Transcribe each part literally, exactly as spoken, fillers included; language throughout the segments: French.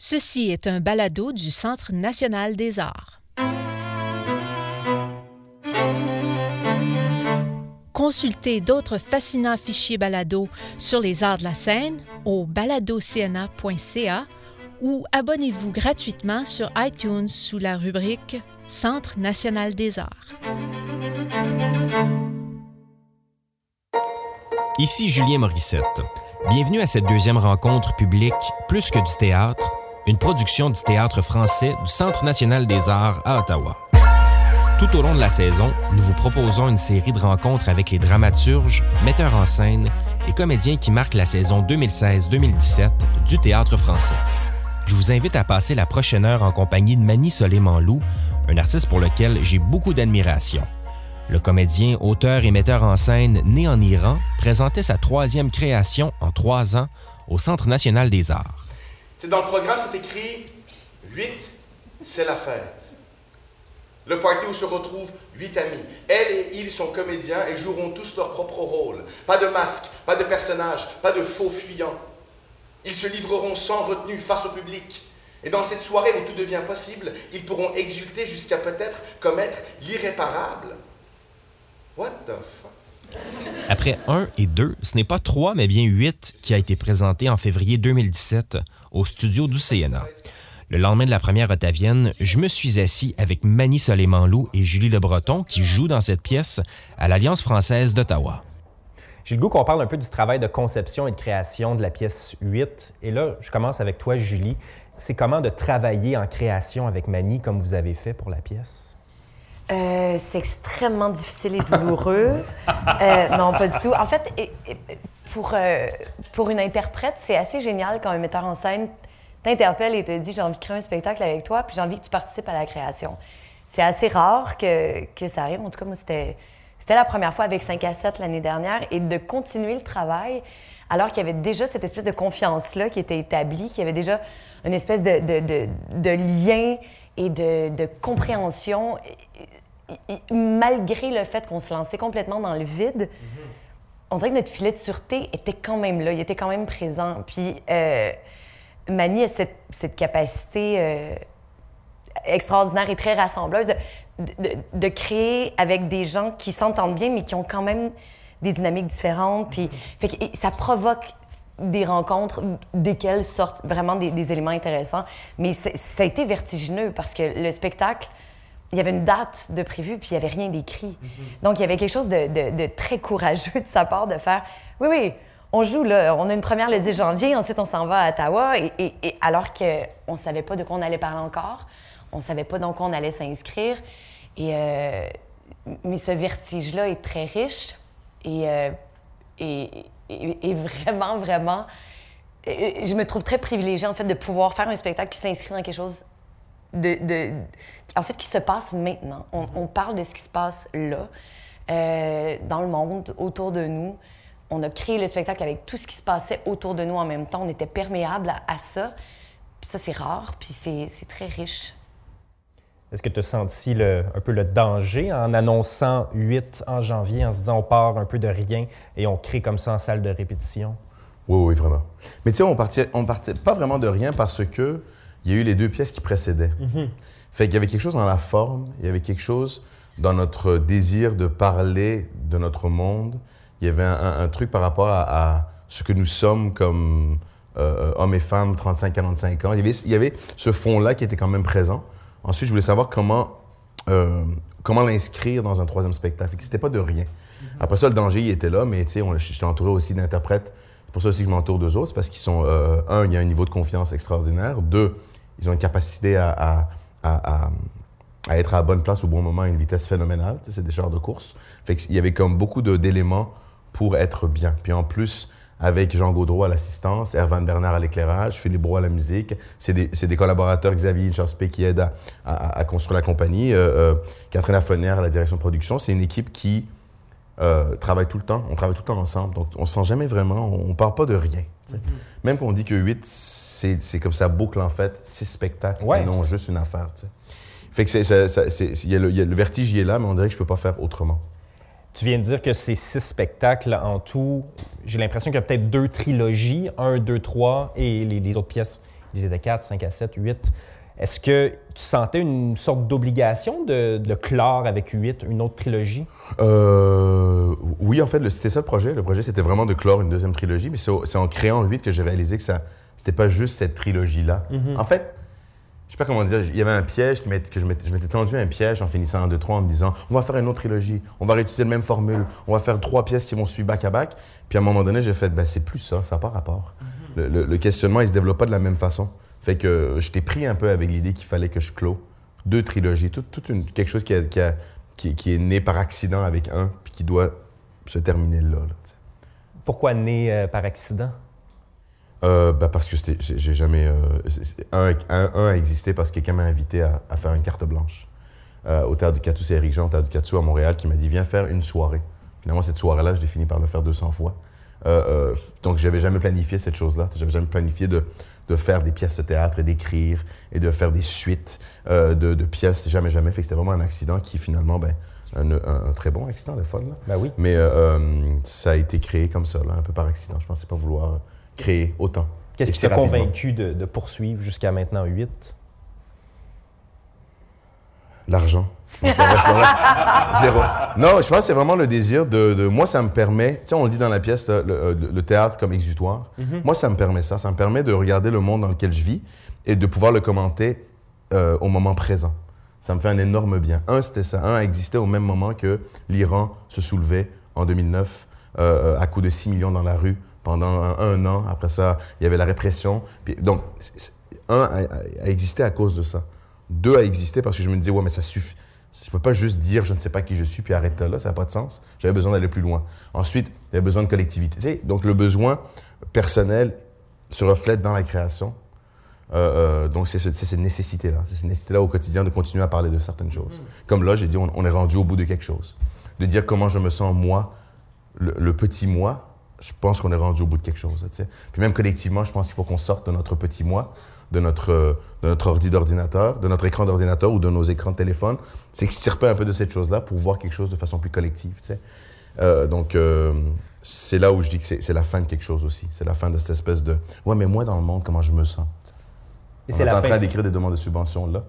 Ceci est un balado du Centre national des arts. Consultez d'autres fascinants fichiers balado sur les arts de la scène au balado c n a point c a ou abonnez-vous gratuitement sur iTunes sous la rubrique Centre national des arts. Ici Julien Morissette. Bienvenue à cette deuxième rencontre publique Plus que du théâtre, une production du Théâtre français du Centre national des arts à Ottawa. Tout au long de la saison, nous vous proposons une série de rencontres avec les dramaturges, metteurs en scène et comédiens qui marquent la saison deux mille seize deux mille dix-sept du Théâtre français. Je vous invite à passer la prochaine heure en compagnie de Mani Soleimanlou, un artiste pour lequel j'ai beaucoup d'admiration. Le comédien, auteur et metteur en scène né en Iran présentait sa troisième création en trois ans au Centre national des arts. C'est dans le programme, c'est écrit « huit, c'est la fête ». Le party où se retrouvent huit amis. Elle et ils sont comédiens et joueront tous leur propre rôle. Pas de masque, pas de personnage, pas de faux fuyants. Ils se livreront sans retenue face au public. Et dans cette soirée où tout devient possible, ils pourront exulter jusqu'à peut-être commettre l'irréparable. What the fuck? Après un et deux, ce n'est pas trois, mais bien huit qui a été présenté en février deux mille dix-sept au studio du C N A. Le lendemain de la première ottavienne, je me suis assis avec Mani Soleimanlou et Julie Le Breton qui jouent dans cette pièce à l'Alliance française d'Ottawa. J'ai le goût qu'on parle un peu du travail de conception et de création de la pièce huit. Et là, je commence avec toi, Julie. C'est comment de travailler en création avec Mani comme vous avez fait pour la pièce? Euh, c'est extrêmement difficile et douloureux. euh, non, pas du tout. En fait, et, et, pour, euh, pour une interprète, c'est assez génial quand un metteur en scène t'interpelle et te dit « j'ai envie de créer un spectacle avec toi, puis j'ai envie que tu participes à la création ». C'est assez rare que, que ça arrive. En tout cas, moi, c'était, c'était la première fois avec cinq à sept l'année dernière. Et de continuer le travail, alors qu'il y avait déjà cette espèce de confiance-là qui était établie, qu'il y avait déjà une espèce de, de, de, de lien et de, de compréhension, et, et, malgré le fait qu'on se lançait complètement dans le vide. Mm-hmm. On dirait que notre filet de sûreté était quand même là, il était quand même présent. Puis euh, Mani a cette, cette capacité euh, extraordinaire et très rassembleuse de, de, de créer avec des gens qui s'entendent bien, mais qui ont quand même des dynamiques différentes. Puis fait que, ça provoque des rencontres desquelles sortent vraiment des, des éléments intéressants. Mais ça a été vertigineux parce que le spectacle, il y avait une date de prévu puis il n'y avait rien d'écrit. Mm-hmm. Donc, il y avait quelque chose de, de, de très courageux de sa part de faire « Oui, oui, on joue là, on a une première le dix janvier, ensuite on s'en va à Ottawa. » et, et, et alors qu'on ne savait pas de quoi on allait parler encore, on ne savait pas dans quoi on allait s'inscrire. Et, euh, mais ce vertige-là est très riche et, euh, et Et, et vraiment, vraiment, je me trouve très privilégiée, en fait, de pouvoir faire un spectacle qui s'inscrit dans quelque chose de... de en fait, qui se passe maintenant. On, on parle de ce qui se passe là, euh, dans le monde, autour de nous. On a créé le spectacle avec tout ce qui se passait autour de nous en même temps. On était perméable à, à ça. Puis ça, c'est rare, puis c'est, c'est très riche. Est-ce que tu as senti le, un peu le danger en annonçant huit en janvier, en se disant on part un peu de rien et on crée comme ça en salle de répétition? Oui, oui, vraiment. Mais tu sais, on partait, on partait pas vraiment de rien parce que il y a eu les deux pièces qui précédaient. Mm-hmm. Fait qu'il y avait quelque chose dans la forme, il y avait quelque chose dans notre désir de parler de notre monde. Il y avait un, un, un truc par rapport à, à ce que nous sommes comme euh, hommes et femmes, trente-cinq à quarante-cinq ans. Il y avait, il y avait ce fond-là qui était quand même présent. Ensuite, je voulais savoir comment, euh, comment l'inscrire dans un troisième spectacle. C'était pas de rien. Mm-hmm. Après ça, le danger, il était là, mais tu sais, je suis entouré aussi d'interprètes. C'est pour ça aussi que je m'entoure d'eux autres, c'est parce qu'ils sont, euh, un, il y a un niveau de confiance extraordinaire. Deux, ils ont une capacité à, à, à, à, à être à la bonne place au bon moment à une vitesse phénoménale. Tu sais, c'est des chars de course. Fait qu'il y avait comme beaucoup de, d'éléments pour être bien. Puis en plus, avec Jean Gaudreau à l'assistance, Erwan Bernard à l'éclairage, Philippe Brault à la musique. C'est des, c'est des collaborateurs, Xavier Inchaspé qui aide à, à, à construire la compagnie, euh, euh, Catherine Lafonnière à la direction de production. C'est une équipe qui euh, travaille tout le temps, on travaille tout le temps ensemble, donc on ne se sent jamais vraiment, on ne part pas de rien. Mm-hmm. Même qu'on dit que huit, c'est, c'est comme ça boucle en fait, six spectacles, ouais. Et non juste une affaire. T'sais. Fait que c'est, c'est, c'est, c'est, y a le, y a le vertige, il est là, mais on dirait que je ne peux pas faire autrement. Tu viens de dire que c'est six spectacles en tout. J'ai l'impression qu'il y a peut-être deux trilogies, un, deux, trois, et les, les autres pièces ils étaient quatre, cinq à sept, huit. Est-ce que tu sentais une sorte d'obligation de, de clore avec huit une autre trilogie? Euh, oui, en fait, c'était ça le projet. Le projet, c'était vraiment de clore une deuxième trilogie, mais c'est en créant huit que j'ai réalisé que ça, c'était pas juste cette trilogie-là. Mm-hmm. En fait, je sais pas comment dire, il y avait un piège qui que je m'étais tendu un piège en finissant en deux trois en me disant on va faire une autre trilogie, on va réutiliser la même formule, on va faire trois pièces qui vont suivre back-à-back. Puis à un moment donné, j'ai fait ben, c'est plus ça, ça n'a pas rapport. Mm-hmm. le, le, le questionnement, il se développe pas de la même façon. Fait que je t'ai pris un peu avec l'idée qu'il fallait que je clôt deux trilogies, toute tout une, quelque chose qui, a, qui, a, qui, qui est né par accident avec un, puis qui doit se terminer là. là Pourquoi né euh, par accident? Euh, ben parce que j'ai jamais... Euh, un, un, un a existé parce que quelqu'un m'a invité à, à faire une carte blanche euh, au Théâtre du Catou. C'est Éric Jean, au Théâtre du Catou à Montréal, qui m'a dit « Viens faire une soirée ». Finalement, cette soirée-là, je l'ai fini par le faire deux cents fois. Euh, euh, donc, j'avais jamais planifié cette chose-là. J'avais jamais planifié de... de faire des pièces de théâtre et d'écrire et de faire des suites euh, de, de pièces, jamais, jamais. Fait que c'était vraiment un accident qui, finalement, ben, un, un, un très bon accident, le fun, là. Ben oui. Mais euh, euh, ça a été créé comme ça, là, un peu par accident. Je pensais pas vouloir créer autant. Qu'est-ce qui t'a convaincu de, de poursuivre jusqu'à maintenant huit? L'argent. Non, Zéro. Non, je pense que c'est vraiment le désir de, de... Moi, ça me permet... Tu sais, on le dit dans la pièce, le, le, le théâtre comme exutoire. Mm-hmm. Moi, ça me permet ça. Ça me permet de regarder le monde dans lequel je vis et de pouvoir le commenter euh, au moment présent. Ça me fait un énorme bien. Un, c'était ça. Un a existé au même moment que l'Iran se soulevait en deux mille neuf euh, à coups de six millions dans la rue pendant un, un an. Après ça, il y avait la répression. Puis, donc, un a, a existé à cause de ça. Deux a existé parce que je me disais, ouais, mais ça suffit. Je ne peux pas juste dire je ne sais pas qui je suis puis arrête là, ça n'a pas de sens. J'avais besoin d'aller plus loin. Ensuite, il y avait besoin de collectivité. Tu sais, donc le besoin personnel se reflète dans la création. Euh, euh, donc c'est ce, cette nécessité-là, c'est cette nécessité-là au quotidien de continuer à parler de certaines choses. Mm-hmm. Comme là, j'ai dit, on, on est rendu au bout de quelque chose. De dire comment je me sens moi, le, le petit moi, je pense qu'on est rendu au bout de quelque chose. Tu sais. Puis même collectivement, je pense qu'il faut qu'on sorte de notre petit moi, de notre, de notre ordi d'ordinateur, de notre écran d'ordinateur ou de nos écrans de téléphone, s'extirper un peu de cette chose-là pour voir quelque chose de façon plus collective. Tu sais. euh, donc, euh, c'est là où je dis que c'est la fin de quelque chose aussi. C'est la fin de cette espèce de « Ouais, mais moi, dans le monde, comment je me sens? » On est en train d'écrire des demandes de subvention là.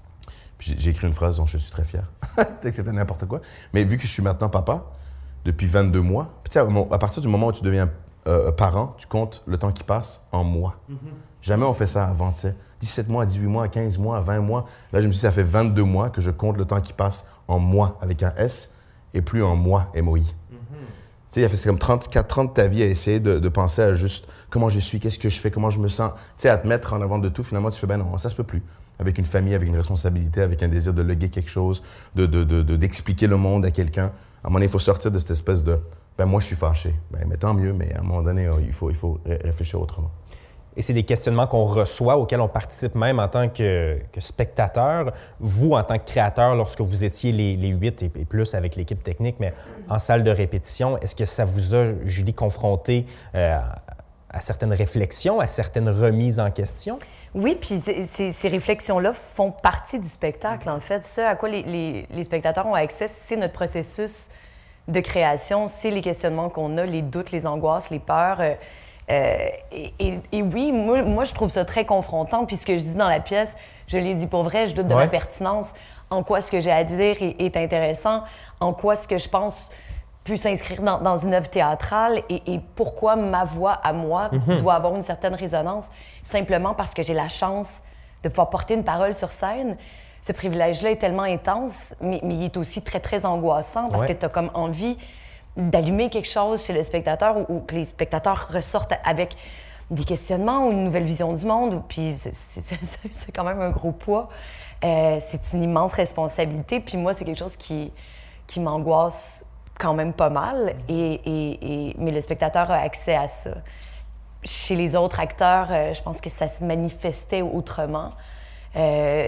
Puis j'ai écrit une phrase dont je suis très fier. C'était n'importe quoi. Mais vu que je suis maintenant papa, depuis vingt-deux mois, puis à partir du moment où tu deviens euh, parent, tu comptes le temps qui passe en mois. Mm-hmm. Jamais on fait ça avant, tu sais. dix-sept mois, dix-huit mois, quinze mois, vingt mois. Là, je me suis dit, ça fait vingt-deux mois que je compte le temps qui passe en mois avec un S et plus en mois, M O I. Mm-hmm. Tu sais, il a fait comme trente-quatre ans de ta vie à essayer de, de penser à juste comment je suis, qu'est-ce que je fais, comment je me sens. Tu sais, à te mettre en avant de tout, finalement, tu fais, ben non, ça se peut plus. Avec une famille, avec une responsabilité, avec un désir de léguer quelque chose, de, de, de, de, d'expliquer le monde à quelqu'un. À un moment donné, il faut sortir de cette espèce de, ben moi, je suis fâché. Ben, mais tant mieux, mais à un moment donné, il faut, il faut réfléchir autrement. Et c'est des questionnements qu'on reçoit, auxquels on participe même en tant que, que spectateur. Vous, en tant que créateur, lorsque vous étiez les, les huit et, et plus avec l'équipe technique, mais en salle de répétition, est-ce que ça vous a, Julie, confronté euh, à certaines réflexions, à certaines remises en question? Oui, puis ces, ces réflexions-là font partie du spectacle, en fait. Ce à quoi les, les, les spectateurs ont accès, c'est notre processus de création, c'est les questionnements qu'on a, les doutes, les angoisses, les peurs. Euh, Euh, et, et, et oui, moi, moi, je trouve ça très confrontant. Puis ce que je dis dans la pièce, je l'ai dit pour vrai, je doute de ouais. ma pertinence. En quoi ce que j'ai à dire est, est intéressant, en quoi ce que je pense peut s'inscrire dans, dans une œuvre théâtrale et, et pourquoi ma voix à moi mm-hmm. doit avoir une certaine résonance, simplement parce que j'ai la chance de pouvoir porter une parole sur scène. Ce privilège-là est tellement intense, mais, mais il est aussi très, très angoissant parce ouais. que tu as comme envie d'allumer quelque chose chez le spectateur ou, ou que les spectateurs ressortent avec des questionnements ou une nouvelle vision du monde. Puis c'est quand même un gros poids. Euh, c'est une immense responsabilité. Puis moi, c'est quelque chose qui, qui m'angoisse quand même pas mal. Et, et, et, mais le spectateur a accès à ça. Chez les autres acteurs, euh, je pense que ça se manifestait autrement. Euh,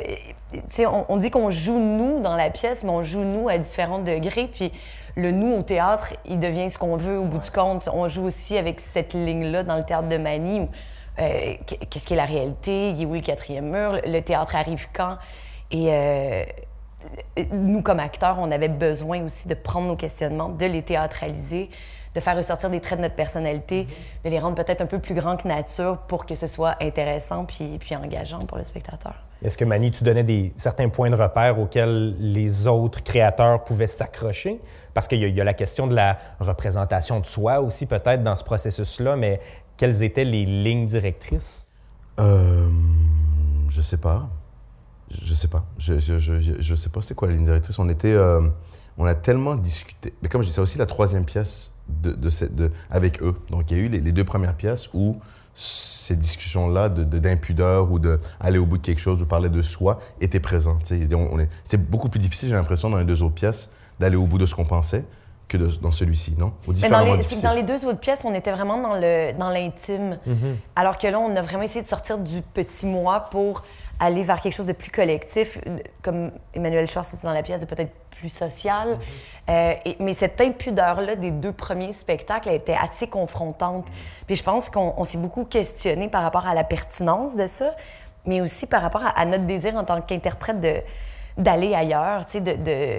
on, on dit qu'on joue nous dans la pièce, mais on joue nous à différents degrés. Puis le nous au théâtre, il devient ce qu'on veut au bout du compte. On joue aussi avec cette ligne-là dans le théâtre de Manny. Où, euh, qu'est-ce qui est la réalité? Il est où le quatrième mur? Le théâtre arrive quand? Et euh, nous, comme acteurs, on avait besoin aussi de prendre nos questionnements, de les théâtraliser, de faire ressortir des traits de notre personnalité, de les rendre peut-être un peu plus grands que nature pour que ce soit intéressant puis, puis engageant pour le spectateur. Est-ce que, Mani, tu donnais des, certains points de repère auxquels les autres créateurs pouvaient s'accrocher? Parce qu'il y, y a la question de la représentation de soi aussi, peut-être, dans ce processus-là, mais quelles étaient les lignes directrices? Euh, je sais pas. Je sais pas. Je, je, je, je sais pas c'est quoi la ligne directrice. On était... Euh, on a tellement discuté. Mais comme je dis, c'est aussi la troisième pièce de, de cette, de, avec eux. Donc, il y a eu les, les deux premières pièces où ces discussions-là de, de, d'impudeur ou d'aller au bout de quelque chose ou parler de soi étaient présentes. On, on est, c'est beaucoup plus difficile, j'ai l'impression, dans les deux autres pièces, d'aller au bout de ce qu'on pensait que de, dans celui-ci, non? Ou Mais dans, les, c'est que dans les deux autres pièces, on était vraiment dans, le, dans l'intime. Mm-hmm. Alors que là, on a vraiment essayé de sortir du petit moi pour aller vers quelque chose de plus collectif, comme Emmanuel Schwartz dit dans la pièce, de peut-être plus social. Mm-hmm. Euh, et, mais cette impudeur-là des deux premiers spectacles elle était assez confrontante. Mm-hmm. Puis je pense qu'on on s'est beaucoup questionné par rapport à la pertinence de ça, mais aussi par rapport à, à notre désir en tant qu'interprète de, d'aller ailleurs, tu sais, de... de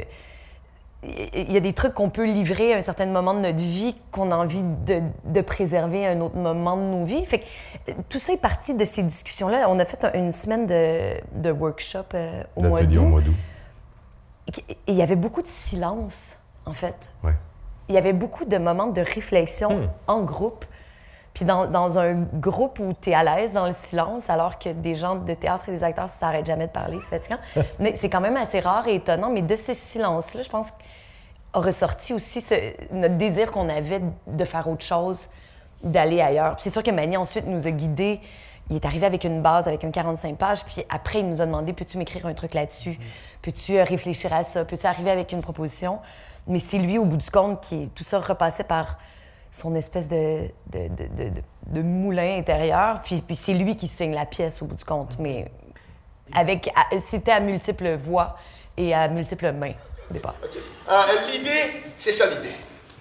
il y a des trucs qu'on peut livrer à un certain moment de notre vie qu'on a envie de, de préserver à un autre moment de nos vies. Fait que tout ça est parti de ces discussions-là. On a fait une semaine de, de workshop euh, au mois d'août. au mois d'août. Et il y avait beaucoup de silence, en fait. Ouais. Il y avait beaucoup de moments de réflexion hmm. en groupe. Puis dans, dans un groupe où tu es à l'aise dans le silence, alors que des gens de théâtre et des acteurs, ça s'arrête jamais de parler, c'est fatigant. Mais c'est quand même assez rare et étonnant. Mais de ce silence-là, je pense a ressorti aussi ce, notre désir qu'on avait de faire autre chose, d'aller ailleurs. Puis c'est sûr que Mani ensuite nous a guidés. Il est arrivé avec une base, avec un quarante-cinq pages, puis après, il nous a demandé « Peux-tu m'écrire un truc là-dessus? Peux-tu réfléchir à ça? Peux-tu arriver avec une proposition? » Mais c'est lui, au bout du compte, qui tout ça repassait par son espèce de, de, de, de, de moulin intérieur, puis, puis c'est lui qui signe la pièce au bout du compte, mais avec, à, c'était à multiples voix et à multiples mains au départ. Okay. Euh, l'idée, c'est ça l'idée.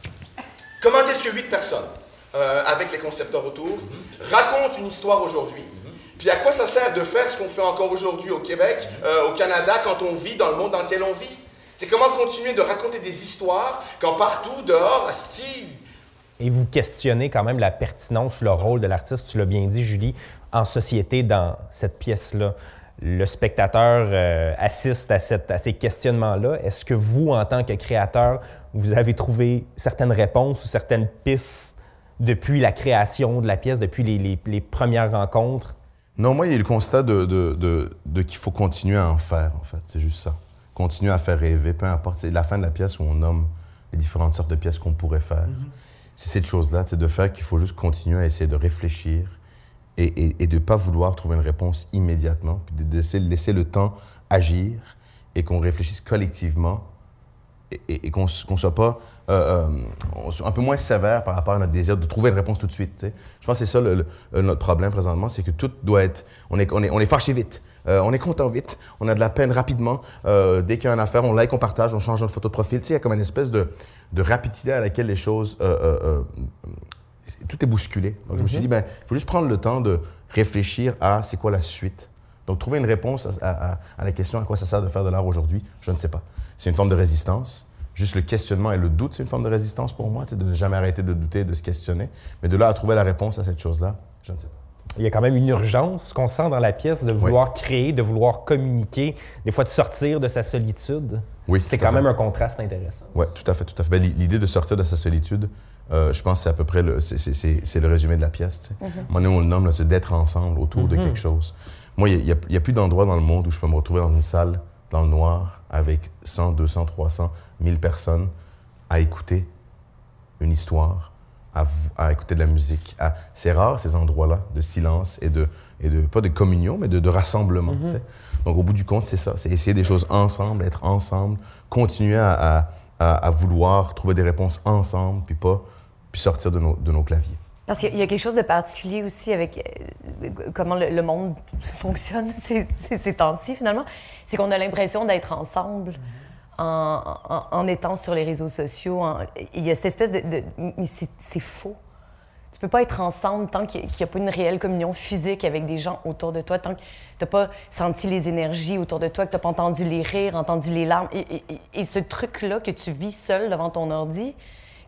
Comment est-ce que huit personnes, euh, avec les concepteurs autour, mm-hmm. racontent une histoire aujourd'hui? Mm-hmm. Puis à quoi ça sert de faire ce qu'on fait encore aujourd'hui au Québec, euh, au Canada, quand on vit dans le monde dans lequel on vit? C'est comment continuer de raconter des histoires quand partout, dehors, asti, et vous questionnez quand même la pertinence ou le rôle de l'artiste, tu l'as bien dit, Julie, en société dans cette pièce-là. Le spectateur euh, assiste à, cette, à ces questionnements-là. Est-ce que vous, en tant que créateur, vous avez trouvé certaines réponses ou certaines pistes depuis la création de la pièce, depuis les, les, les premières rencontres? Non, moi, il y a eu le constat de, de, de, de qu'il faut continuer à en faire, en fait. C'est juste ça. Continuer à faire rêver, peu importe. C'est la fin de la pièce où on nomme les différentes sortes de pièces qu'on pourrait faire. Mm-hmm. C'est cette chose-là, c'est de faire qu'il faut juste continuer à essayer de réfléchir et, et, et de ne pas vouloir trouver une réponse immédiatement, puis de laisser, laisser le temps agir et qu'on réfléchisse collectivement et, et, et qu'on ne soit pas euh, euh, soit un peu moins sévère par rapport à notre désir de trouver une réponse tout de suite. T'sais. Je pense que c'est ça le, le, notre problème présentement, c'est que tout doit être... On est, on est, on est fâché vite. Euh, on est content vite, on a de la peine rapidement. Euh, dès qu'il y a une affaire, on like, on partage, on change notre photo de profil. Tu sais, il y a comme une espèce de, de rapidité à laquelle les choses... Euh, euh, euh, tout est bousculé. Donc, je me suis dit, ben, il faut juste prendre le temps de réfléchir à c'est quoi la suite. Donc, trouver une réponse à, à, à la question à quoi ça sert de faire de l'art aujourd'hui, je ne sais pas. C'est une forme de résistance. Juste le questionnement et le doute, c'est une forme de résistance pour moi, tu sais, de ne jamais arrêter de douter, de se questionner. Mais de là à trouver la réponse à cette chose-là, je ne sais pas. Il y a quand même une urgence qu'on sent dans la pièce de vouloir oui. créer, de vouloir communiquer, des fois de sortir de sa solitude. Oui, c'est quand même un contraste intéressant. Oui, tout à fait, tout à fait. Ben, l'idée de sortir de sa solitude, euh, je pense que c'est à peu près le, c'est, c'est, c'est, c'est le résumé de la pièce. Tu sais. Mm-hmm. Moi, nous, on le nomme, là, c'est d'être ensemble autour mm-hmm. de quelque chose. Moi, il n'y a, a plus d'endroit dans le monde où je peux me retrouver dans une salle, dans le noir, avec cent, deux cents, trois cents, mille personnes à écouter une histoire. À, à écouter de la musique. À... C'est rare, ces endroits-là, de silence et de, et de pas de communion, mais de, de rassemblement. Mm-hmm. Donc, au bout du compte, c'est ça. C'est essayer des choses ensemble, être ensemble, continuer à, à, à, à vouloir trouver des réponses ensemble, puis pas puis sortir de nos, de nos claviers. Parce qu'il y a quelque chose de particulier aussi avec euh, comment le, le monde fonctionne ces, ces, ces temps-ci, finalement. C'est qu'on a l'impression d'être ensemble. Mm-hmm. En, en, en étant sur les réseaux sociaux. En, il y a cette espèce de... de mais c'est, c'est faux. Tu peux pas être ensemble tant qu'il n'y a, a pas une réelle communion physique avec des gens autour de toi, tant que tu n'as pas senti les énergies autour de toi, que tu n'as pas entendu les rires, entendu les larmes. Et, et, et ce truc-là que tu vis seul devant ton ordi,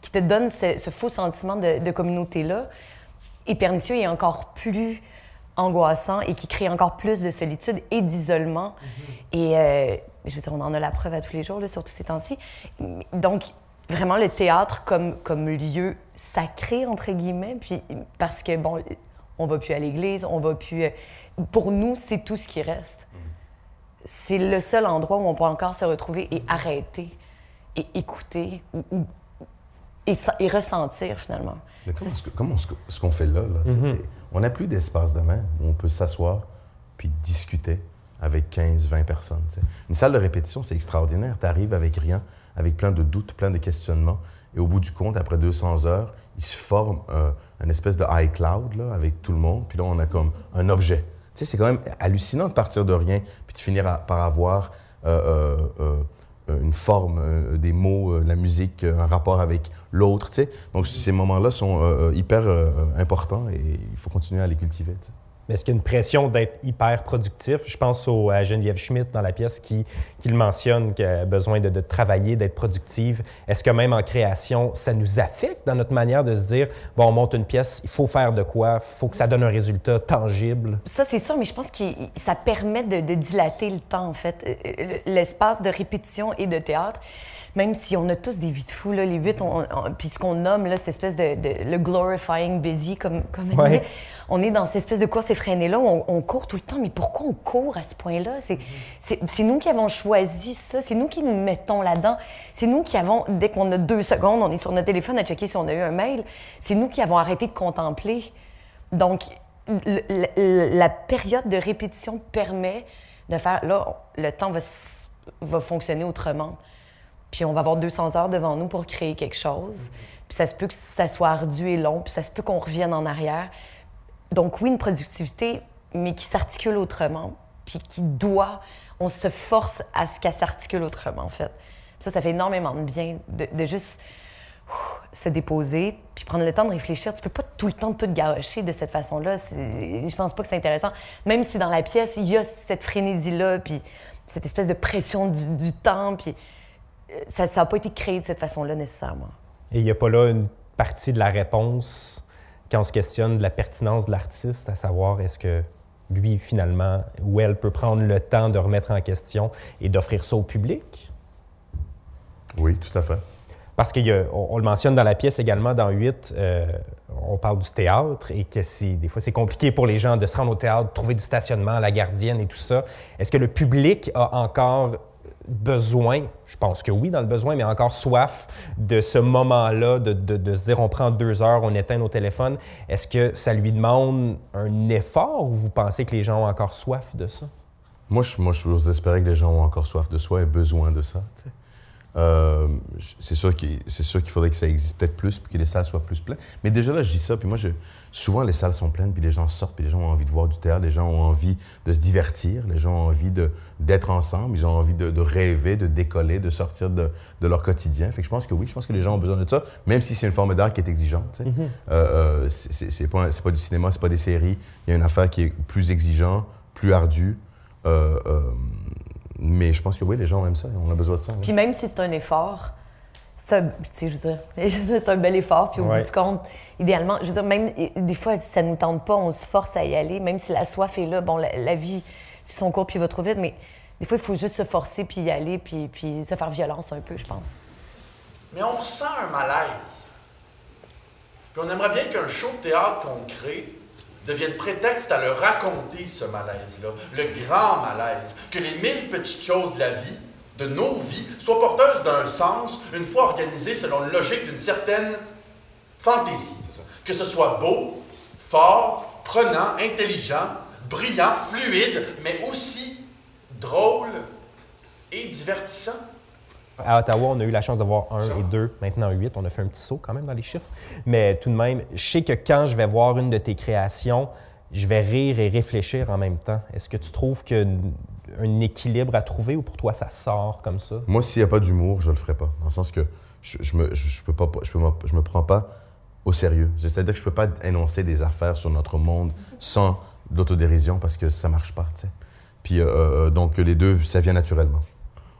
qui te donne ce, ce faux sentiment de, de communauté-là, est pernicieux et encore plus angoissant et qui crée encore plus de solitude et d'isolement. Mm-hmm. Et euh, je veux dire, on en a la preuve à tous les jours, là, surtout ces temps-ci. Donc, vraiment, le théâtre comme, comme lieu sacré, entre guillemets, puis parce que, bon, on va plus à l'église, on va plus... Pour nous, c'est tout ce qui reste. C'est le seul endroit où on peut encore se retrouver et arrêter, et écouter, ou, ou, et, et ressentir, finalement. Mais comment, ce, comment ce, ce qu'on fait là, là mm-hmm. on n'a plus d'espace de même où on peut s'asseoir puis discuter avec quinze, vingt personnes. T'sais. Une salle de répétition, c'est extraordinaire. Tu arrives avec rien, avec plein de doutes, plein de questionnements. Et au bout du compte, après deux cents heures, il se forme un, une espèce de iCloud là, avec tout le monde. Puis là, on a comme un objet. Tu sais, c'est quand même hallucinant de partir de rien puis de finir à, par avoir euh, euh, euh, une forme, euh, des mots, euh, la musique, euh, un rapport avec l'autre. Tu sais. Donc, ces moments-là sont euh, hyper euh, importants et il faut continuer à les cultiver. Tu sais. Mais est-ce qu'il y a une pression d'être hyper productif? Je pense au, à Geneviève Schmidt dans la pièce qui, qui le mentionne, qui a besoin de, de travailler, d'être productive. Est-ce que même en création, ça nous affecte dans notre manière de se dire, bon, on monte une pièce, il faut faire de quoi, il faut que ça donne un résultat tangible? Ça, c'est sûr, mais je pense que ça permet de, de dilater le temps, en fait. L'espace de répétition et de théâtre. Même si on a tous des vies de fous, là, les huit, on, on, puis ce qu'on nomme, là, cette espèce de, de le glorifying busy, comme, comme elle ouais. dit, on est dans cette espèce de course effrénée-là où on, on court tout le temps. Mais pourquoi on court à ce point-là? C'est, c'est, c'est nous qui avons choisi ça, c'est nous qui nous mettons là-dedans. C'est nous qui avons, dès qu'on a deux secondes, on est sur notre téléphone à checker si on a eu un mail, c'est nous qui avons arrêté de contempler. Donc, le, le, la période de répétition permet de faire, là, le temps va, va fonctionner autrement. Puis on va avoir deux cents heures devant nous pour créer quelque chose. Puis ça se peut que ça soit ardu et long, puis ça se peut qu'on revienne en arrière. Donc oui, une productivité, mais qui s'articule autrement, puis qui doit... On se force à ce qu'elle s'articule autrement, en fait. Ça, ça fait énormément de bien de, de juste ouf, se déposer, puis prendre le temps de réfléchir. Tu peux pas tout le temps tout garrocher de cette façon-là. C'est, je pense pas que c'est intéressant. Même si dans la pièce, il y a cette frénésie-là, puis cette espèce de pression du, du temps, puis... Ça n'a pas été créé de cette façon-là, nécessairement. Et il n'y a pas là une partie de la réponse quand on se questionne de la pertinence de l'artiste, à savoir est-ce que lui, finalement, ou elle peut prendre le temps de remettre en question et d'offrir ça au public? Oui, tout à fait. Parce qu'on on le mentionne dans la pièce également, dans huit, euh, on parle du théâtre et que c'est, des fois, c'est compliqué pour les gens de se rendre au théâtre, de trouver du stationnement, la gardienne et tout ça. Est-ce que le public a encore... besoin, je pense que oui, dans le besoin, mais encore soif de ce moment-là, de, de, de se dire on prend deux heures, on éteint nos téléphones. Est-ce que ça lui demande un effort ou vous pensez que les gens ont encore soif de ça? Moi, je, moi, je vous espérais que les gens ont encore soif de soi et besoin de ça. Tu sais. Euh, c'est sûr qu'il, c'est sûr qu'il faudrait que ça existe peut-être plus puis que les salles soient plus pleines. Mais déjà là, je dis ça, puis moi, je, souvent, les salles sont pleines, puis les gens sortent, puis les gens ont envie de voir du théâtre, les gens ont envie de se divertir, les gens ont envie de, d'être ensemble, ils ont envie de, de rêver, de décoller, de sortir de, de leur quotidien. Fait que je pense que oui, je pense que les gens ont besoin de ça, même si c'est une forme d'art qui est exigeante. Tu sais. Mm-hmm. euh, c'est, c'est, c'est, pas, c'est pas du cinéma, c'est pas des séries. Il y a une affaire qui est plus exigeante, plus ardue. Euh, euh, mais je pense que oui, les gens aiment ça, on a besoin de ça. Puis oui. même si c'est un effort, c'est un, je veux dire, c'est un bel effort, puis au ouais. bout du compte, idéalement, je veux dire, même des fois, ça ne nous tente pas, on se force à y aller, même si la soif est là. Bon, la, la vie suit son cours, puis va trop vite, mais des fois, il faut juste se forcer, puis y aller, puis, puis se faire violence un peu, je pense. Mais on ressent un malaise. Puis on aimerait bien qu'un show de théâtre qu'on crée devienne prétexte à le raconter, ce malaise-là, le grand malaise, que les mille petites choses de la vie, de nos vies, soient porteuses d'un sens, une fois organisées selon une logique d'une certaine fantaisie. Que ce soit beau, fort, prenant, intelligent, brillant, fluide, mais aussi drôle et divertissant. À Ottawa, on a eu la chance de voir un et deux, maintenant huit. On a fait un petit saut quand même dans les chiffres. Mais tout de même, je sais que quand je vais voir une de tes créations, je vais rire et réfléchir en même temps. Est-ce que tu trouves qu'il y a un équilibre à trouver ou pour toi, ça sort comme ça? Moi, s'il n'y a pas d'humour, je le ferai pas. Dans le sens que je, je, me, je, je peux pas, je, peux, je me prends pas au sérieux. C'est-à-dire que je peux pas énoncer des affaires sur notre monde sans l'autodérision parce que ça marche pas, tu sais. Puis euh, donc, les deux, ça vient naturellement.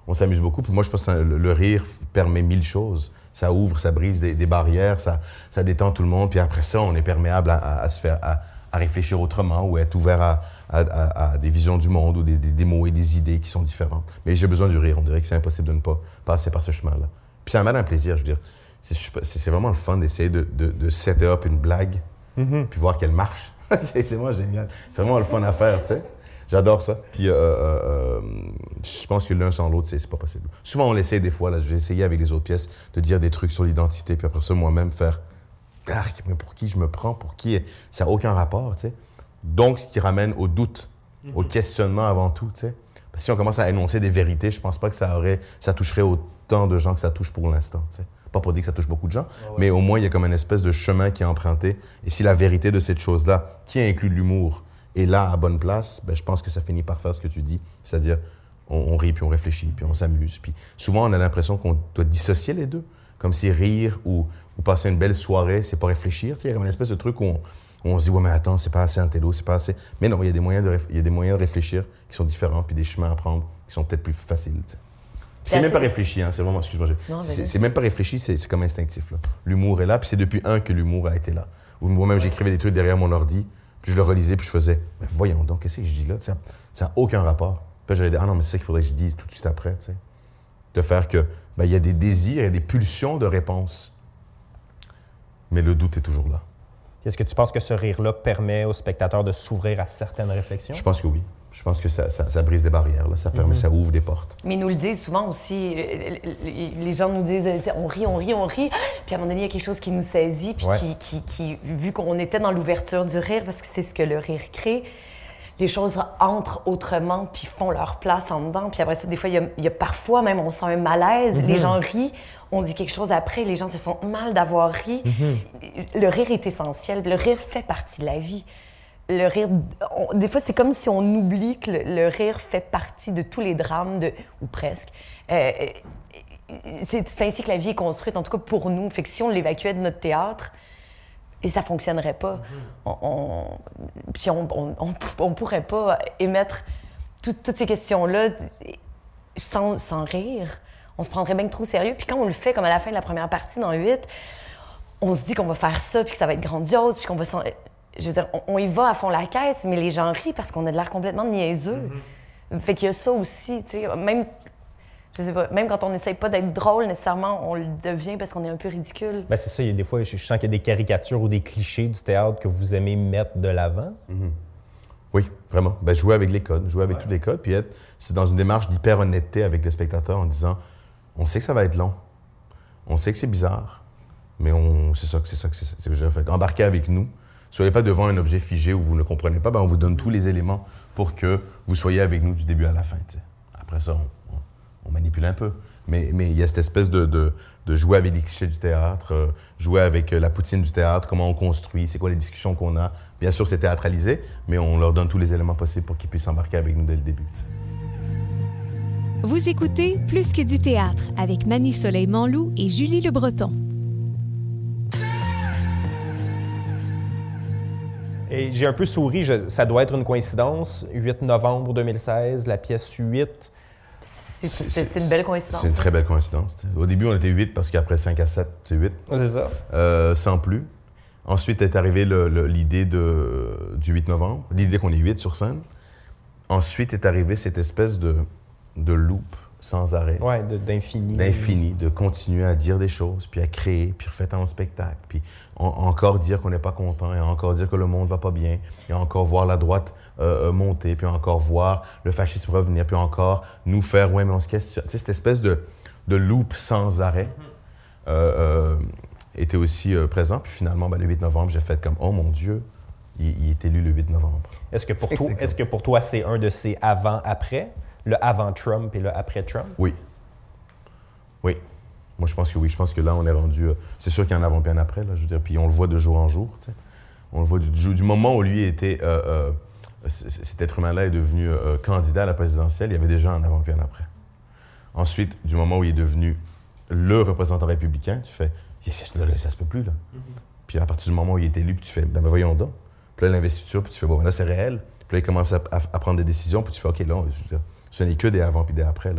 on s'amuse beaucoup. Puis moi, je pense que le, le rire permet mille choses. Ça ouvre, ça brise des, des barrières, ça, ça détend tout le monde. Puis après ça, on est perméable à, à, à se faire, à, à réfléchir autrement ou à être ouvert à, à, à, à des visions du monde ou des, des, des mots et des idées qui sont différentes. Mais j'ai besoin du rire. On dirait que c'est impossible de ne pas passer par ce chemin-là. Puis ça m'aide un plaisir, je veux dire. C'est, c'est vraiment le fun d'essayer de, de, de setter up une blague mm-hmm. puis voir qu'elle marche. c'est, c'est vraiment génial. C'est vraiment le fun à faire, tu sais. J'adore ça. Puis euh, euh, je pense que l'un sans l'autre, c'est, c'est pas possible. Souvent, on l'essaie des fois. Là, j'ai essayé avec les autres pièces de dire des trucs sur l'identité, puis après ça, moi-même, faire « Ah, mais pour qui je me prends? Pour qui? » Ça n'a aucun rapport, tu sais. Donc, ce qui ramène au doute, mm-hmm. au questionnement avant tout, tu sais. Parce que si on commence à énoncer des vérités, je pense pas que ça, aurait, ça toucherait autant de gens que ça touche pour l'instant, tu sais. Pas pour dire que ça touche beaucoup de gens, oh ouais. mais au moins, il y a comme une espèce de chemin qui est emprunté. Et si la vérité de cette chose-là, qui inclut l'humour, est là, à bonne place, ben, je pense que ça finit par faire ce que tu dis. C'est-à-dire, on, on rit, puis on réfléchit, puis on s'amuse. Puis souvent, on a l'impression qu'on doit dissocier les deux. Comme si rire ou, ou passer une belle soirée, c'est pas réfléchir. Il y a comme une espèce de truc où on, où on se dit « Ouais, mais attends, c'est pas assez intello, c'est pas assez... » Mais non, il y a des moyens de, réf... il y a des moyens de réfléchir qui sont différents, puis des chemins à prendre qui sont peut-être plus faciles. T'sais. C'est, c'est même pas réfléchi, hein, c'est vraiment... Excuse-moi, non, c'est, c'est même pas réfléchi, c'est, c'est comme instinctif. Là. L'humour est là, puis c'est depuis un que l'humour a été là. Ou moi-même, j'écrivais des trucs derrière mon ordi, puis je le relisais, puis je faisais, mais voyons donc, qu'est-ce que je dis là? Ça n'a aucun rapport. Puis j'allais dire, ah non, mais c'est ça qu'il faudrait que je dise tout de suite après, tu sais. De faire que, ben, il y a des désirs et des pulsions de réponse. Mais le doute est toujours là. Est-ce que tu penses que ce rire-là permet aux spectateurs de s'ouvrir à certaines réflexions? Je pense que oui. Je pense que ça, ça, ça brise des barrières, là. Ça permet, mm-hmm. ça ouvre des portes. Mais ils nous le disent souvent aussi. Les gens nous disent, on rit, on rit, on rit. Puis à un moment donné, il y a quelque chose qui nous saisit, puis ouais. qui, qui, qui, vu qu'on était dans l'ouverture du rire, parce que c'est ce que le rire crée, les choses entrent autrement, puis font leur place en dedans. Puis après ça, des fois, il y a, il y a parfois même, on sent un malaise. Mm-hmm. Les gens rient, on dit quelque chose après, les gens se sentent mal d'avoir ri. Mm-hmm. Le rire est essentiel. Le rire fait partie de la vie. Le rire, on, des fois, c'est comme si on oublie que le, le rire fait partie de tous les drames, de, ou presque. Euh, c'est, c'est ainsi que la vie est construite, en tout cas pour nous. Fait que si on l'évacuait de notre théâtre, et ça ne fonctionnerait pas. Mm-hmm. On, on, puis on ne pourrait pas émettre tout, toutes ces questions-là sans, sans rire. On se prendrait bien trop sérieux. Puis quand on le fait, comme à la fin de la première partie dans huit, on se dit qu'on va faire ça, puis que ça va être grandiose, puis qu'on va... S'en... Je veux dire, on, on y va à fond la caisse, mais les gens rient parce qu'on a de l'air complètement niaiseux. Mm-hmm. Fait qu'il y a ça aussi, tu sais, même, je sais pas, même quand on n'essaye pas d'être drôle, nécessairement, on le devient parce qu'on est un peu ridicule. Bien, c'est ça, il y a des fois, je, je sens qu'il y a des caricatures ou des clichés du théâtre que vous aimez mettre de l'avant. Mm-hmm. Oui, vraiment. Bien, jouer avec les codes, jouer avec ouais. tous les codes, puis être, c'est dans une démarche d'hyper-honnêteté avec le spectateur en disant, on sait que ça va être long, on sait que c'est bizarre, mais on, c'est ça que c'est ça que c'est ça. C'est que je fais. Embarquez avec nous. Soyez pas devant un objet figé où vous ne comprenez pas, ben on vous donne tous les éléments pour que vous soyez avec nous du début à la fin. T'sais. Après ça, on, on, on manipule un peu. Mais, mais il y a cette espèce de, de, de jouer avec les clichés du théâtre, euh, jouer avec la poutine du théâtre, comment on construit, c'est quoi les discussions qu'on a. Bien sûr, c'est théâtralisé, mais on leur donne tous les éléments possibles pour qu'ils puissent embarquer avec nous dès le début. T'sais. Vous écoutez Plus que du théâtre avec Manie Soleil-Manloup et Julie Le Breton. Et j'ai un peu souri, je, ça doit être une coïncidence. huit novembre deux mille seize, la pièce huit. C'est, c'est, c'est, c'est une belle coïncidence. C'est une très belle coïncidence. T'sais. Au début, on était huit parce qu'après cinq à sept, c'est huit. C'est ça. Euh, sans plus. Ensuite est arrivée le, le, l'idée de, du huit novembre, l'idée qu'on est huit sur scène. Ensuite est arrivée cette espèce de, de loop sans arrêt. Oui, d'infini. D'infini, de continuer à dire des choses, puis à créer, puis refaire un spectacle, puis on, encore dire qu'on n'est pas content, et encore dire que le monde va pas bien, et encore voir la droite euh, monter, puis encore voir le fascisme revenir, puis encore nous faire « ouais, mais on se questionne ». Tu sais, cette espèce de, de loop sans arrêt euh, euh, était aussi euh, présent. Puis finalement, ben, le huit novembre, j'ai fait comme « oh mon Dieu ». Il, il est élu le huit novembre. Est-ce que pour, toi, est-ce que pour toi, c'est un de ces avant-après? Le avant-Trump et le après-Trump? Oui. Oui. Moi, je pense que oui. Je pense que là, on est rendu... Euh, c'est sûr qu'il y en a un avant et un après, là, je veux dire. Puis on le voit de jour en jour, tu sais. On le voit du, du, du moment où lui était... Euh, euh, cet être humain-là est devenu euh, candidat à la présidentielle, il y avait déjà un avant et un après. Ensuite, du moment où il est devenu le représentant républicain, tu fais... Là, là, ça se peut plus, là. Mm-hmm. Puis à partir du moment où il est élu, puis tu fais... Ben, ben voyons donc. Puis là, l'investiture, puis tu fais... Bon, ben là, c'est réel. Puis là, il commence à, à, à prendre des décisions, puis tu fais... OK, là, je veux dire, ce n'est que des avant puis des après. Là.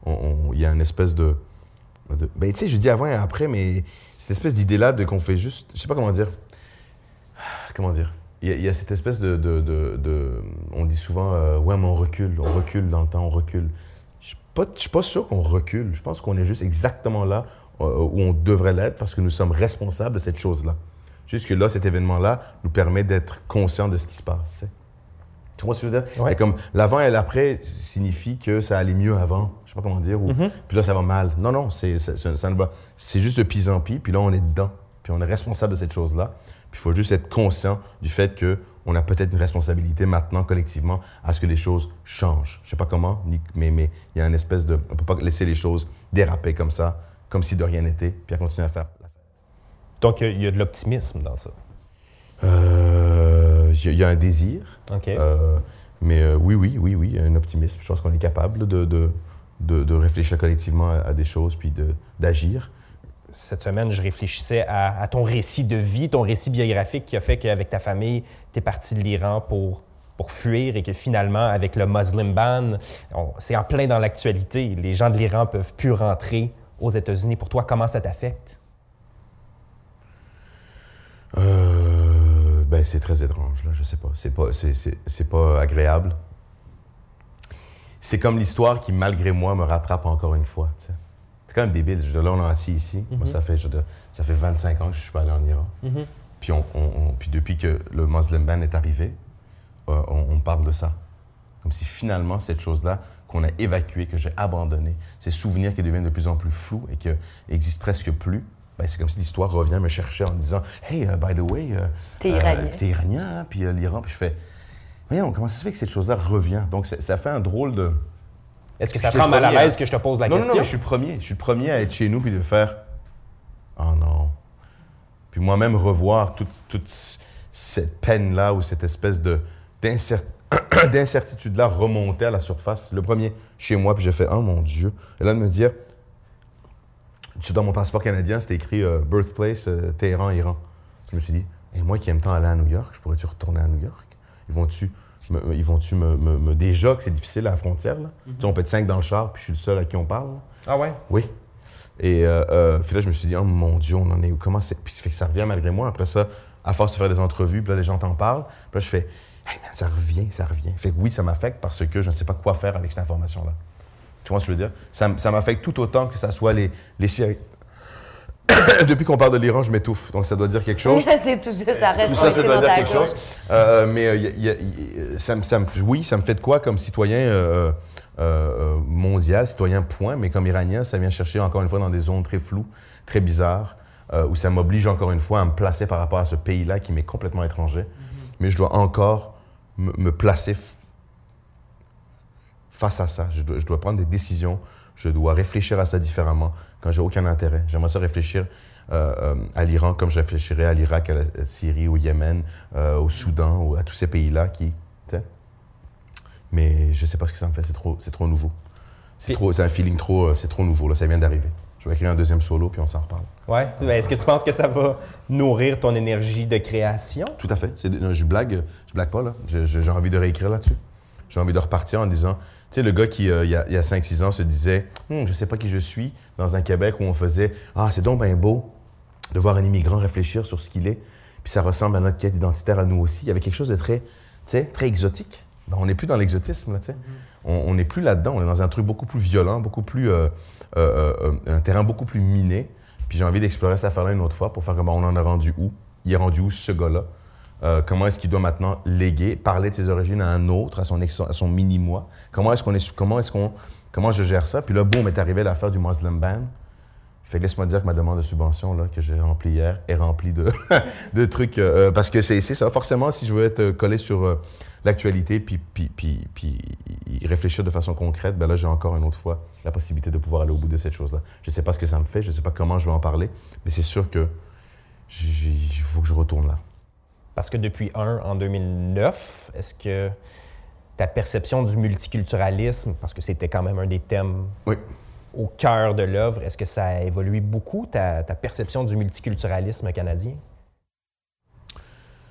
il y a une espèce de... de ben, tu sais, je dis avant et après, mais cette espèce d'idée-là de qu'on fait juste... Je sais pas comment dire. Comment dire? Il y, a, il y a cette espèce de... de, de, de on dit souvent, euh, ouais, mais on recule, on recule dans le temps, on recule. Je ne suis pas sûr qu'on recule. Je pense qu'on est juste exactement là euh, où on devrait l'être parce que nous sommes responsables de cette chose-là. Juste que là, cet événement-là nous permet d'être conscients de ce qui se passe. T'sais. Tu vois ce que je veux dire? Ouais. Comme l'avant et l'après signifie que ça allait mieux avant. Je sais pas comment dire. Ou, mm-hmm. Puis là, ça va mal. Non, non, c'est, ça, ça ne va. C'est juste de pis en pis. Puis là, on est dedans. Puis on est responsable de cette chose-là. Puis il faut juste être conscient du fait qu'on a peut-être une responsabilité maintenant, collectivement, à ce que les choses changent. Je sais pas comment, mais mais il y a une espèce de... On peut pas laisser les choses déraper comme ça, comme si de rien n'était, puis à continuer à faire la fête. Donc, il y a de l'optimisme dans ça? Euh, il y a un désir. OK. Euh, mais euh, oui, oui, oui, oui, un optimisme. Je pense qu'on est capable de, de, de, de réfléchir collectivement à, à des choses, puis de, d'agir. Cette semaine, je réfléchissais à, à ton récit de vie, ton récit biographique qui a fait qu'avec ta famille, tu es parti de l'Iran pour, pour fuir et que finalement, avec le Muslim ban, on, c'est en plein dans l'actualité. Les gens de l'Iran ne peuvent plus rentrer aux États-Unis. Pour toi, comment ça t'affecte? Euh, ben, c'est très étrange, là. Je sais pas. C'est pas, c'est, c'est, c'est pas agréable. C'est comme l'histoire qui, malgré moi, me rattrape encore une fois, tu sais. C'est quand même débile. Je, là, on est assis ici. Mm-hmm. Moi, ça fait, je, ça fait vingt-cinq ans que je suis pas allé en Iran. Mm-hmm. Puis, on, on, on, puis depuis que le Muslim ban est arrivé, euh, on, on parle de ça. Comme si finalement, cette chose-là qu'on a évacuée, que j'ai abandonnée, ces souvenirs qui deviennent de plus en plus flous et qui n'existent presque plus, ben, c'est comme si l'histoire revient me chercher en me disant « Hey, uh, by the way, uh, t'es euh, iranien. T'es iranien, hein? Puis uh, l'Iran. » Puis je fais « Voyons, comment ça se fait que cette chose-là revient? » Donc, ça fait un drôle de... Est-ce que ça te rend mal à l'aise que je te pose la non, question? Non, non, mais je suis le premier. Je suis le premier à être chez nous puis de faire « Oh non. » Puis moi-même revoir toute, toute cette peine-là ou cette espèce de, d'incerti- d'incertitude-là remonter à la surface. Le premier, chez moi, puis j'ai fait « Oh mon Dieu. » Et là, de me dire, dans mon passeport canadien, c'était écrit euh, « Birthplace, euh, Téhéran, Iran ». Je me suis dit « Et moi qui aime tant aller à New York, je pourrais-tu retourner à New York? Ils vont-tu... Me, ils vont-tu me, me, me... Déjà que c'est difficile à la frontière, là. Mm-hmm. Tu sais, on peut être cinq dans le char, puis je suis le seul à qui on parle. Là. Ah ouais? Oui. Et euh, euh, puis là, je me suis dit, oh mon Dieu, on en est où? Comment c'est? Puis ça fait que ça revient malgré moi. Après ça, à force de faire des entrevues, puis là, les gens t'en parlent. Puis là, je fais, hey man, ça revient, ça revient. Fait que oui, ça m'affecte parce que je ne sais pas quoi faire avec cette information-là. Tu vois ce que je veux dire? Ça, ça m'affecte tout autant que ça soit les... les... Depuis qu'on parle de l'Iran, je m'étouffe, donc ça doit dire quelque chose. C'est tout, ça reste tout ça, ça doit dire quelque chose. Euh, mais euh, y a, y a, ça, ça me, oui, ça me fait de quoi comme citoyen euh, euh, mondial, citoyen point, mais comme Iranien, ça vient chercher encore une fois dans des zones très floues, très bizarres, euh, où ça m'oblige encore une fois à me placer par rapport à ce pays-là qui m'est complètement étranger. Mm-hmm. Mais je dois encore me, me placer f- face à ça. Je dois, je dois prendre des décisions, je dois réfléchir à ça différemment. Quand j'ai aucun intérêt. J'aimerais ça réfléchir euh, euh, à l'Iran comme je réfléchirais à l'Irak, à la Syrie, au Yémen, euh, au Soudan, ou à tous ces pays-là qui... T'sais. Mais je sais pas ce que ça me fait, c'est trop, c'est trop nouveau. C'est, trop, c'est un feeling trop... C'est trop nouveau, là, ça vient d'arriver. Je vais écrire un deuxième solo, puis on s'en reparle. Ouais. Mais est-ce que tu penses que ça va nourrir ton énergie de création? Tout à fait. C'est, non, je blague, je blague pas, là. Je, je, j'ai envie de réécrire là-dessus. J'ai envie de repartir en disant... Tu sais, le gars qui, euh, il y a, il y a cinq six ans, se disait hm, « Je sais pas qui je suis » dans un Québec où on faisait « Ah, c'est donc bien beau de voir un immigrant réfléchir sur ce qu'il est. » Puis ça ressemble à notre quête identitaire à nous aussi. Il y avait quelque chose de très, tu sais, très exotique. Ben, on n'est plus dans l'exotisme, là, tu sais. Mm-hmm. On n'est plus là-dedans. On est dans un truc beaucoup plus violent, beaucoup plus... Euh, euh, euh, un terrain beaucoup plus miné. Puis j'ai envie d'explorer cette affaire-là une autre fois pour faire comme on en a rendu où. Il est rendu où, ce gars-là? Euh, comment est-ce qu'il doit maintenant léguer, parler de ses origines à un autre, à son, ex- à son mini-moi? Comment est-ce qu'on est, comment est-ce qu'on, comment je gère ça? Puis là, boum, est arrivé l'affaire du Muslim ban. Fait que laisse-moi dire que ma demande de subvention là, que j'ai remplie hier est remplie de, de trucs. Euh, parce que c'est, c'est ça, forcément, si je veux être collé sur euh, l'actualité puis, puis, puis, puis y réfléchir de façon concrète, ben là, j'ai encore une autre fois la possibilité de pouvoir aller au bout de cette chose-là. Je ne sais pas ce que ça me fait, je ne sais pas comment je vais en parler, mais c'est sûr que il faut que je retourne là. Parce que depuis un, en deux mille neuf, est-ce que ta perception du multiculturalisme, parce que c'était quand même un des thèmes oui. au cœur de l'œuvre, est-ce que ça a évolué beaucoup, ta, ta perception du multiculturalisme canadien?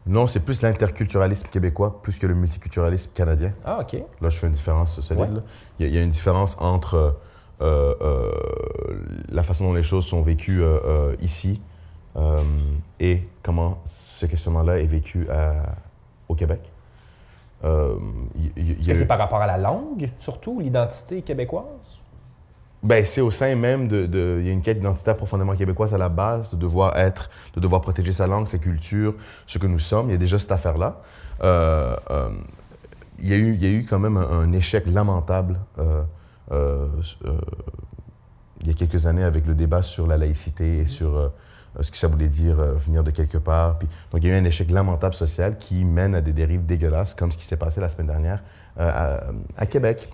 Non, c'est plus l'interculturalisme québécois plus que le multiculturalisme canadien. Ah, OK. Là, je fais une différence solide. Ouais. Là. Il, y a, il y a une différence entre euh, euh, la façon dont les choses sont vécues euh, euh, ici euh, et comment ce questionnement-là est vécu à, au Québec. Euh, y, y, Est-ce que c'est par rapport à la langue, surtout, l'identité québécoise? Ben, c'est au sein même de, de... Il y a une quête identitaire profondément québécoise à la base, de devoir être, de devoir protéger sa langue, sa culture, ce que nous sommes. Il y a déjà cette affaire-là. Euh, euh, il, y a eu, il y a eu quand même un, un échec lamentable euh, euh, euh, il y a quelques années avec le débat sur la laïcité et sur euh, ce que ça voulait dire euh, venir de quelque part. Puis, donc, il y a eu un échec lamentable social qui mène à des dérives dégueulasses, comme ce qui s'est passé la semaine dernière euh, à, à Québec.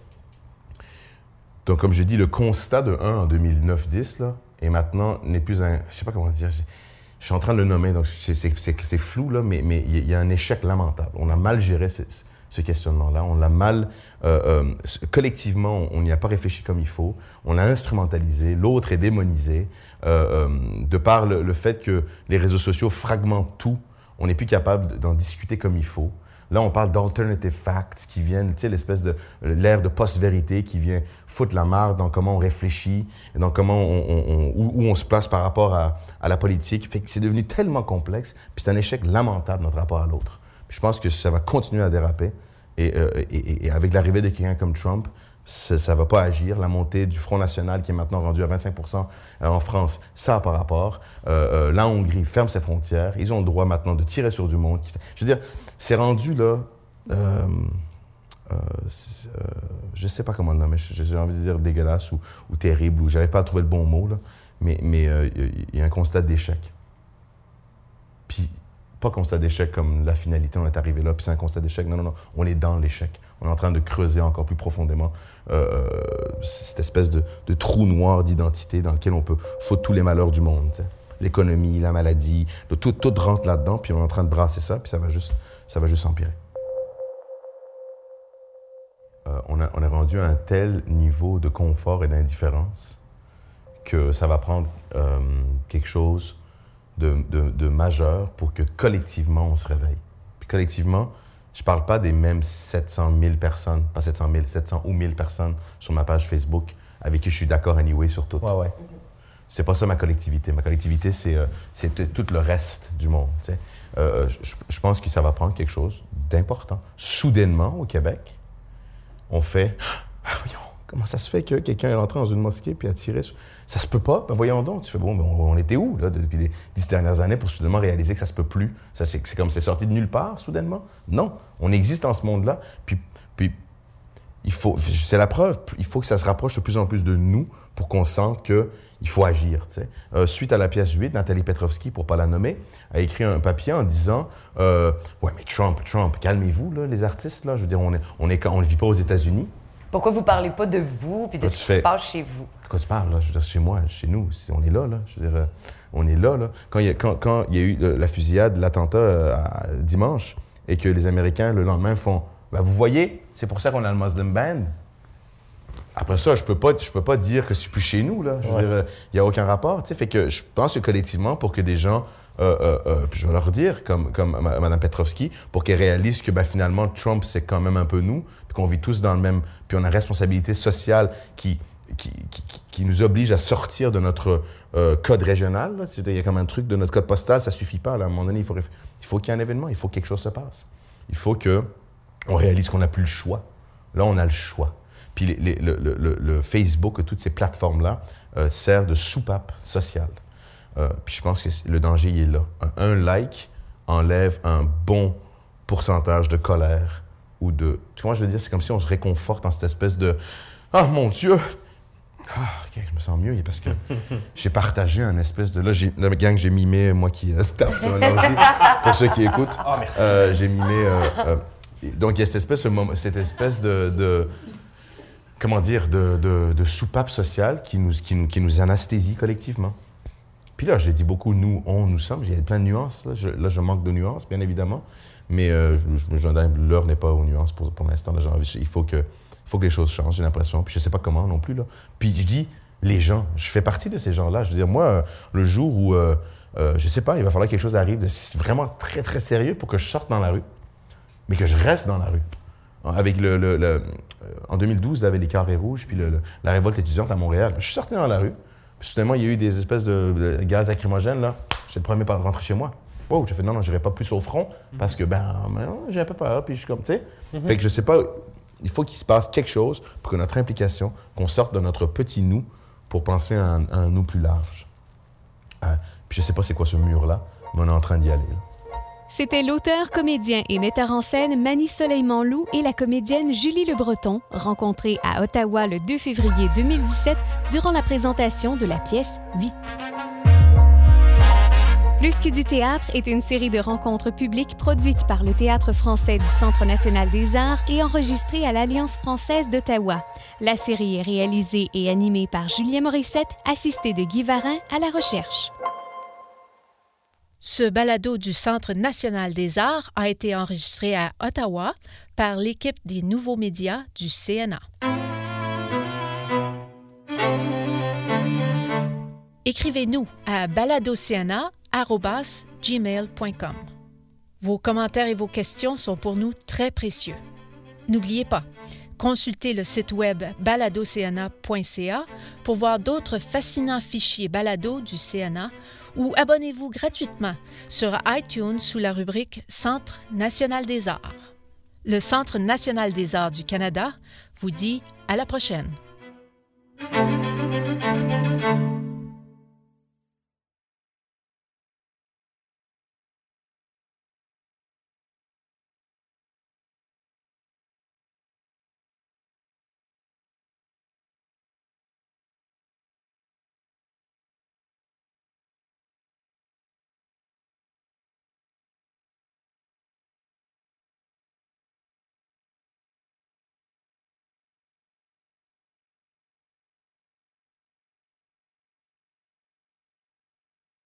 Donc, comme je dis, le constat de un en deux mille neuf dix, là, et maintenant, n'est plus un... Je sais pas comment dire. Je, je suis en train de le nommer, donc c'est, c'est, c'est, c'est flou, là, mais, mais il y a un échec lamentable. On a mal géré ce, ce questionnement-là. On l'a mal... Euh, euh, collectivement, on n'y a pas réfléchi comme il faut. On l'a instrumentalisé. L'autre est démonisé. Euh, euh, de par le, le fait que les réseaux sociaux fragmentent tout, on n'est plus capable d'en discuter comme il faut. Là, on parle d'alternative facts qui viennent, tu sais, l'espèce de l'ère de post-vérité qui vient foutre la marde dans comment on réfléchit, dans comment on, on, on où, où on se place par rapport à, à la politique. Fait que c'est devenu tellement complexe, puis c'est un échec lamentable notre rapport à l'autre. Puis je pense que ça va continuer à déraper, et, euh, et, et avec l'arrivée de quelqu'un comme Trump, ça ne va pas agir. La montée du Front national qui est maintenant rendu à vingt-cinq pour cent en France, ça n'a pas rapport. Euh, euh, la Hongrie ferme ses frontières. Ils ont le droit maintenant de tirer sur du monde. Je veux dire, c'est rendu là... Euh, euh, euh, je ne sais pas comment le nommer. J'ai envie de dire dégueulasse ou, ou terrible, ou j'arrive pas à trouver le bon mot, là. Mais il mais, euh, y a un constat d'échec. Puis, pas constat d'échec comme la finalité, on est arrivé là, puis c'est un constat d'échec. Non, non, non, on est dans l'échec. On est en train de creuser encore plus profondément euh, cette espèce de, de trou noir d'identité dans lequel on peut foutre tous les malheurs du monde. T'sais. L'économie, la maladie, le, tout, tout rentre là-dedans, puis on est en train de brasser ça, puis ça va juste, ça va juste empirer. Euh, on, a, on est rendu à un tel niveau de confort et d'indifférence que ça va prendre euh, quelque chose de, de, de majeur pour que collectivement on se réveille. Puis collectivement, je ne parle pas des mêmes sept cent mille personnes, pas sept cent mille, sept cents ou mille personnes sur ma page Facebook avec qui je suis d'accord anyway sur tout. Ouais, ouais. C'est pas ça ma collectivité. Ma collectivité, c'est, euh, c'est t- tout le reste du monde. Euh, je, je pense que ça va prendre quelque chose d'important. Soudainement, au Québec, on fait ah, voyons, comment ça se fait que quelqu'un est rentré dans une mosquée puis a tiré sur... Ça se peut pas? Ben voyons donc. Tu fais, bon, ben on, on était où là, depuis les dix dernières années pour soudainement réaliser que ça se peut plus? Ça, c'est, c'est comme c'est sorti de nulle part, soudainement? Non. On existe dans ce monde-là. Puis, puis il faut, c'est la preuve, il faut que ça se rapproche de plus en plus de nous pour qu'on sente qu'il faut agir. Euh, suite à la pièce huit, Nathalie Petrovski, pour ne pas la nommer, a écrit un papier en disant euh, « Ouais, mais Trump, Trump, calmez-vous, là, les artistes, là. Je veux dire, on ne on est, on ne vit pas aux États-Unis. » Pourquoi vous ne parlez pas de vous et de Quand ce qui fais... se passe chez vous? De quoi tu parles, là? Je veux dire, chez moi, chez nous, on est là, là. Je veux dire, euh, on est là, là. Quand il y a, quand, quand il y a eu euh, la fusillade, l'attentat euh, à, dimanche, et que les Américains, le lendemain, font ben, « Vous voyez, c'est pour ça qu'on a le Muslim Ban. » Après ça, je peux pas, je peux pas dire que c'est plus chez nous, là. Je veux ouais. dire, il n'y a aucun rapport, tu sais. Fait que je pense que collectivement, pour que des gens, euh, euh, euh, puis je vais leur dire, comme, comme Mme Petrovski, pour qu'elles réalisent que ben, finalement, Trump, c'est quand même un peu nous, puis qu'on vit tous dans le même... Puis on a une responsabilité sociale qui, qui, qui, qui nous oblige à sortir de notre euh, code régional. Il y a comme un truc de notre code postal, ça suffit pas. Là. À un moment donné, il faut, il faut qu'il y ait un événement, il faut que quelque chose se passe. Il faut qu'on réalise qu'on n'a plus le choix. Là, on a le choix. Puis les, les, le, le, le Facebook, toutes ces plateformes-là, euh, servent de soupape sociale. Euh, puis je pense que le danger, il est là. Un, un like enlève un bon pourcentage de colère ou de... Tu vois, je veux dire, c'est comme si on se réconforte dans cette espèce de « Ah, mon Dieu! Ah, OK, je me sens mieux. » Parce que j'ai partagé un espèce de... Là, j'ai, la gang, j'ai mimé, moi qui euh, tape sur un ordi, pour ceux qui écoutent. Ah, merci. Euh, j'ai mimé... Euh, euh, donc, il y a cette espèce, cette espèce de... de comment dire, de, de, de soupape sociale qui nous, qui, nous, qui nous anesthésie collectivement. Puis là, j'ai dit beaucoup « nous, on, nous sommes ». Il y a plein de nuances. Là, je, là, je manque de nuances, bien évidemment. Mais euh, je, je, l'heure n'est pas aux nuances pour, pour l'instant. Là, j'ai envie, il faut que, il faut que les choses changent, j'ai l'impression. Puis je ne sais pas comment non plus. Là. Puis je dis « les gens ». Je fais partie de ces gens-là. Je veux dire, moi, le jour où euh, euh, je sais pas, il va falloir que quelque chose arrive de vraiment très, très sérieux pour que je sorte dans la rue, mais que je reste dans la rue. Avec le, le, le euh, en deux mille douze, il y avait les carrés rouges, puis le, le, la révolte étudiante à Montréal. Je suis sorti dans la rue, puis soudainement, il y a eu des espèces de, de gaz lacrymogènes, là. J'étais le premier à rentrer chez moi. Wow, j'ai fait non, non, j'irai pas plus au front, parce que, ben, ben j'ai un peu peur, puis je suis comme, tu sais. Mm-hmm. Fait que je sais pas, il faut qu'il se passe quelque chose pour que notre implication, qu'on sorte de notre petit nous pour penser à un, à un nous plus large. Euh, puis je sais pas c'est quoi ce mur-là, mais on est en train d'y aller, là. C'était l'auteur, comédien et metteur en scène Manny Soleil-Manlou et la comédienne Julie Le Breton, rencontrés à Ottawa le deux février deux mille dix-sept durant la présentation de la pièce huit. Plus que du théâtre est une série de rencontres publiques produites par le Théâtre français du Centre national des arts et enregistrée à l'Alliance française d'Ottawa. La série est réalisée et animée par Julien Morissette, assisté de Guy Varin à la recherche. Ce balado du Centre national des arts a été enregistré à Ottawa par l'équipe des nouveaux médias du C N A. Écrivez-nous à baladocna arobase gmail point com. Vos commentaires et vos questions sont pour nous très précieux. N'oubliez pas, consultez le site web baladocna point c a pour voir d'autres fascinants fichiers balado du C N A ou abonnez-vous gratuitement sur iTunes sous la rubrique Centre national des arts. Le Centre national des arts du Canada vous dit à la prochaine.